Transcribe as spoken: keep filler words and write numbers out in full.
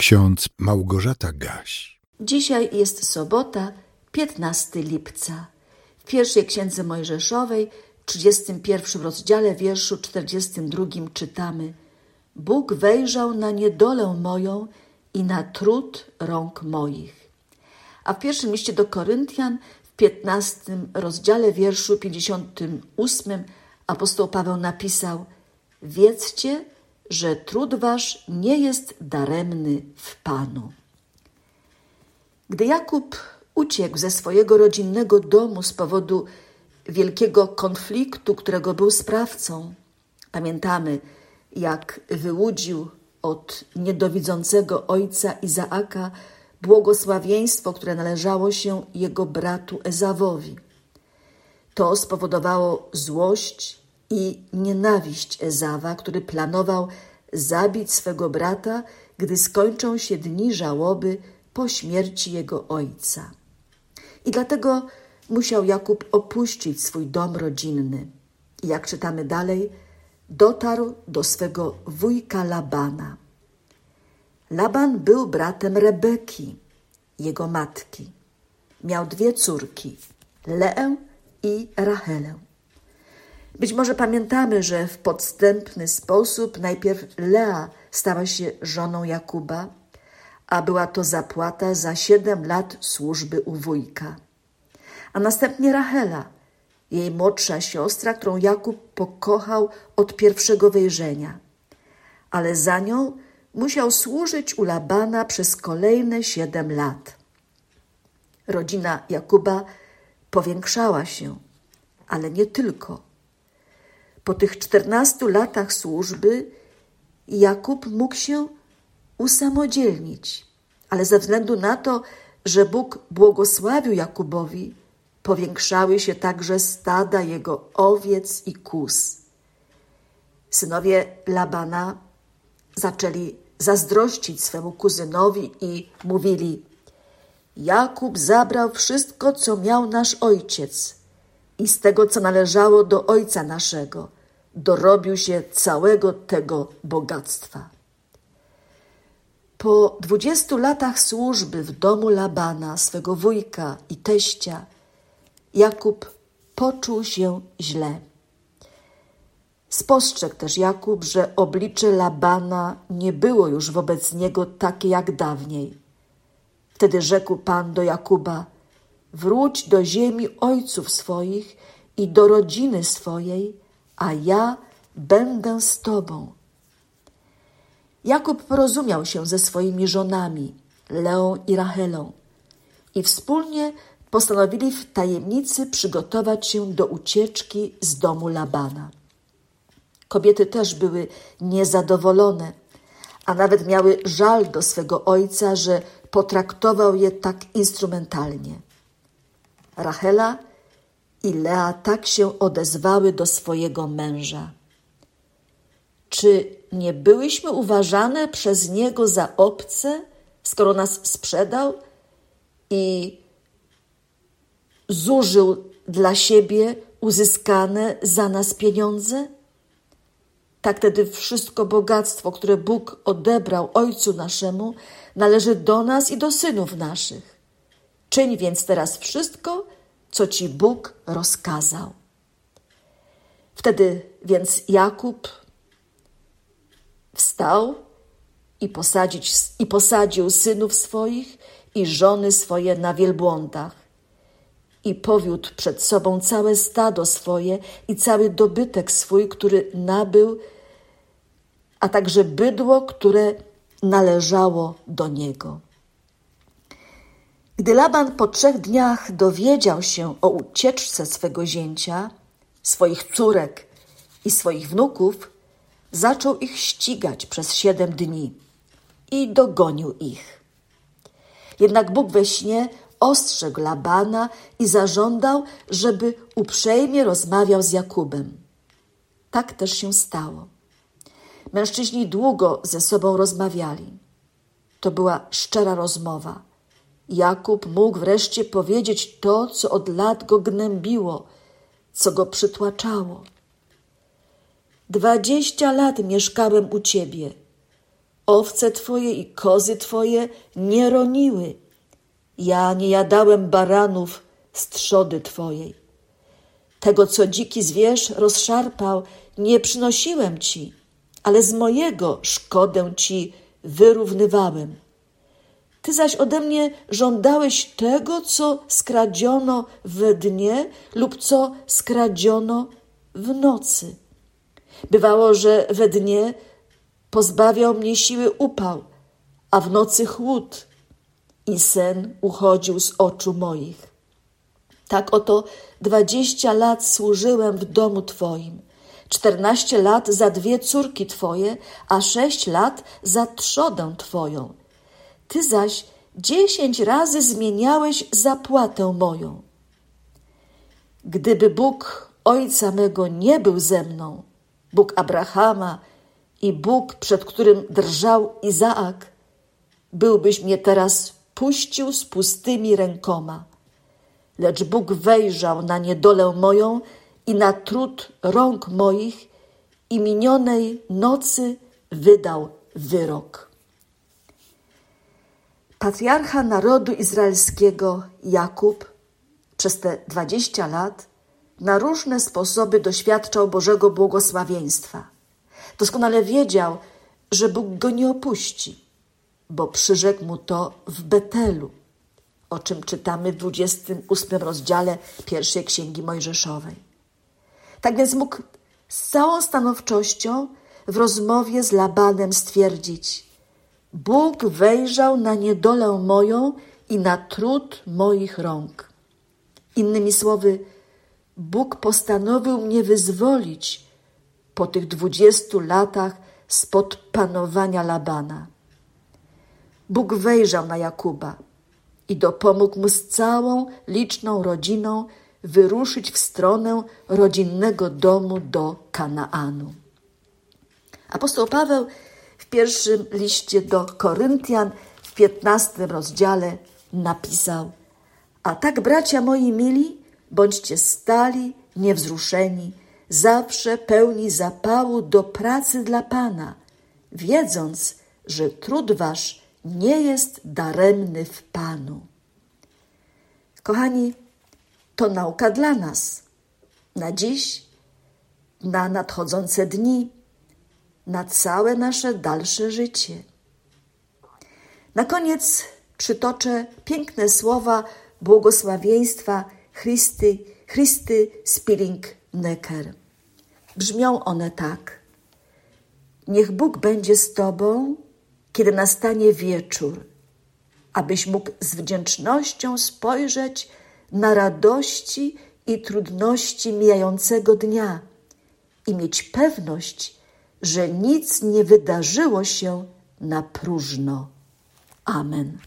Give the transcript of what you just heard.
Ksiądz Małgorzata Gaś. Dzisiaj jest sobota, piętnastego lipca. W pierwszej księdze Mojżeszowej, w trzydziestym pierwszym rozdziale, wierszu czterdziestym drugim czytamy: Bóg wejrzał na niedolę moją i na trud rąk moich. A w pierwszym liście do Koryntian, w piętnastym rozdziale, wierszu pięćdziesiątym ósmym, apostoł Paweł napisał: Wiedzcie, że trud wasz nie jest daremny w Panu. Gdy Jakub uciekł ze swojego rodzinnego domu z powodu wielkiego konfliktu, którego był sprawcą, pamiętamy, jak wyłudził od niedowidzącego ojca Izaaka błogosławieństwo, które należało się jego bratu Ezawowi. To spowodowało złość i nienawiść Ezawa, który planował zabić swego brata, gdy skończą się dni żałoby po śmierci jego ojca. I dlatego musiał Jakub opuścić swój dom rodzinny. I jak czytamy dalej, dotarł do swego wujka Labana. Laban był bratem Rebeki, jego matki. Miał dwie córki, Leę i Rachelę. Być może pamiętamy, że w podstępny sposób najpierw Lea stała się żoną Jakuba, a była to zapłata za siedem lat służby u wujka. A następnie Rachela, jej młodsza siostra, którą Jakub pokochał od pierwszego wejrzenia. Ale za nią musiał służyć u Labana przez kolejne siedem lat. Rodzina Jakuba powiększała się, ale nie tylko. Po tych czternastu latach służby Jakub mógł się usamodzielnić, ale ze względu na to, że Bóg błogosławił Jakubowi, powiększały się także stada jego owiec i kóz. Synowie Labana zaczęli zazdrościć swemu kuzynowi i mówili: Jakub zabrał wszystko, co miał nasz ojciec i z tego, co należało do ojca naszego, dorobił się całego tego bogactwa. Po dwudziestu latach służby w domu Labana, swego wujka i teścia, Jakub poczuł się źle. Spostrzegł też Jakub, że oblicze Labana nie było już wobec niego takie jak dawniej. Wtedy rzekł Pan do Jakuba: wróć do ziemi ojców swoich i do rodziny swojej, a ja będę z tobą. Jakub porozumiał się ze swoimi żonami, Leą i Rachelą, i wspólnie postanowili w tajemnicy przygotować się do ucieczki z domu Labana. Kobiety też były niezadowolone, a nawet miały żal do swego ojca, że potraktował je tak instrumentalnie. Rachela i Lea tak się odezwały do swojego męża: czy nie byłyśmy uważane przez niego za obce, skoro nas sprzedał i zużył dla siebie uzyskane za nas pieniądze? Tak tedy wszystko bogactwo, które Bóg odebrał ojcu naszemu, należy do nas i do synów naszych. Czyń więc teraz wszystko, co ci Bóg rozkazał. Wtedy więc Jakub wstał i, posadzić, i posadził synów swoich i żony swoje na wielbłądach i powiódł przed sobą całe stado swoje i cały dobytek swój, który nabył, a także bydło, które należało do niego. Gdy Laban po trzech dniach dowiedział się o ucieczce swego zięcia, swoich córek i swoich wnuków, zaczął ich ścigać przez siedem dni i dogonił ich. Jednak Bóg we śnie ostrzegł Labana i zażądał, żeby uprzejmie rozmawiał z Jakubem. Tak też się stało. Mężczyźni długo ze sobą rozmawiali. To była szczera rozmowa. Jakub mógł wreszcie powiedzieć to, co od lat go gnębiło, co go przytłaczało. Dwadzieścia lat mieszkałem u ciebie, owce Twoje i kozy Twoje nie roniły. Ja nie jadałem baranów z trzody Twojej. Tego, co dziki zwierz rozszarpał, nie przynosiłem Ci, ale z mojego szkodę Ci wyrównywałem. Ty zaś ode mnie żądałeś tego, co skradziono we dnie lub co skradziono w nocy. Bywało, że we dnie pozbawiał mnie siły upał, a w nocy chłód i sen uchodził z oczu moich. Tak oto dwadzieścia lat służyłem w domu Twoim, czternaście lat za dwie córki Twoje, a sześć lat za trzodę Twoją. Ty zaś dziesięć razy zmieniałeś zapłatę moją. Gdyby Bóg ojca mego nie był ze mną, Bóg Abrahama i Bóg, przed którym drżał Izaak, byłbyś mnie teraz puścił z pustymi rękoma. Lecz Bóg wejrzał na niedolę moją i na trud rąk moich i minionej nocy wydał wyrok. Patriarcha narodu izraelskiego Jakub przez te dwadzieścia lat na różne sposoby doświadczał Bożego błogosławieństwa. Doskonale wiedział, że Bóg go nie opuści, bo przyrzekł mu to w Betelu, o czym czytamy w dwudziestym ósmym rozdziale pierwszej Księgi Mojżeszowej. Tak więc mógł z całą stanowczością w rozmowie z Labanem stwierdzić: Bóg wejrzał na niedolę moją i na trud moich rąk. Innymi słowy, Bóg postanowił mnie wyzwolić po tych dwudziestu latach spod panowania Labana. Bóg wejrzał na Jakuba i dopomógł mu z całą liczną rodziną wyruszyć w stronę rodzinnego domu do Kanaanu. Apostoł Paweł w pierwszym liście do Koryntian w piętnastym rozdziale napisał: A tak, bracia moi mili, bądźcie stali, niewzruszeni, zawsze pełni zapału do pracy dla Pana, wiedząc, że trud wasz nie jest daremny w Panu. Kochani, to nauka dla nas, na dziś, na nadchodzące dni, na całe nasze dalsze życie. Na koniec przytoczę piękne słowa błogosławieństwa Christy, Christy Spilling-Necker. Brzmią one tak: Niech Bóg będzie z Tobą, kiedy nastanie wieczór, abyś mógł z wdzięcznością spojrzeć na radości i trudności mijającego dnia i mieć pewność, że nic nie wydarzyło się na próżno. Amen.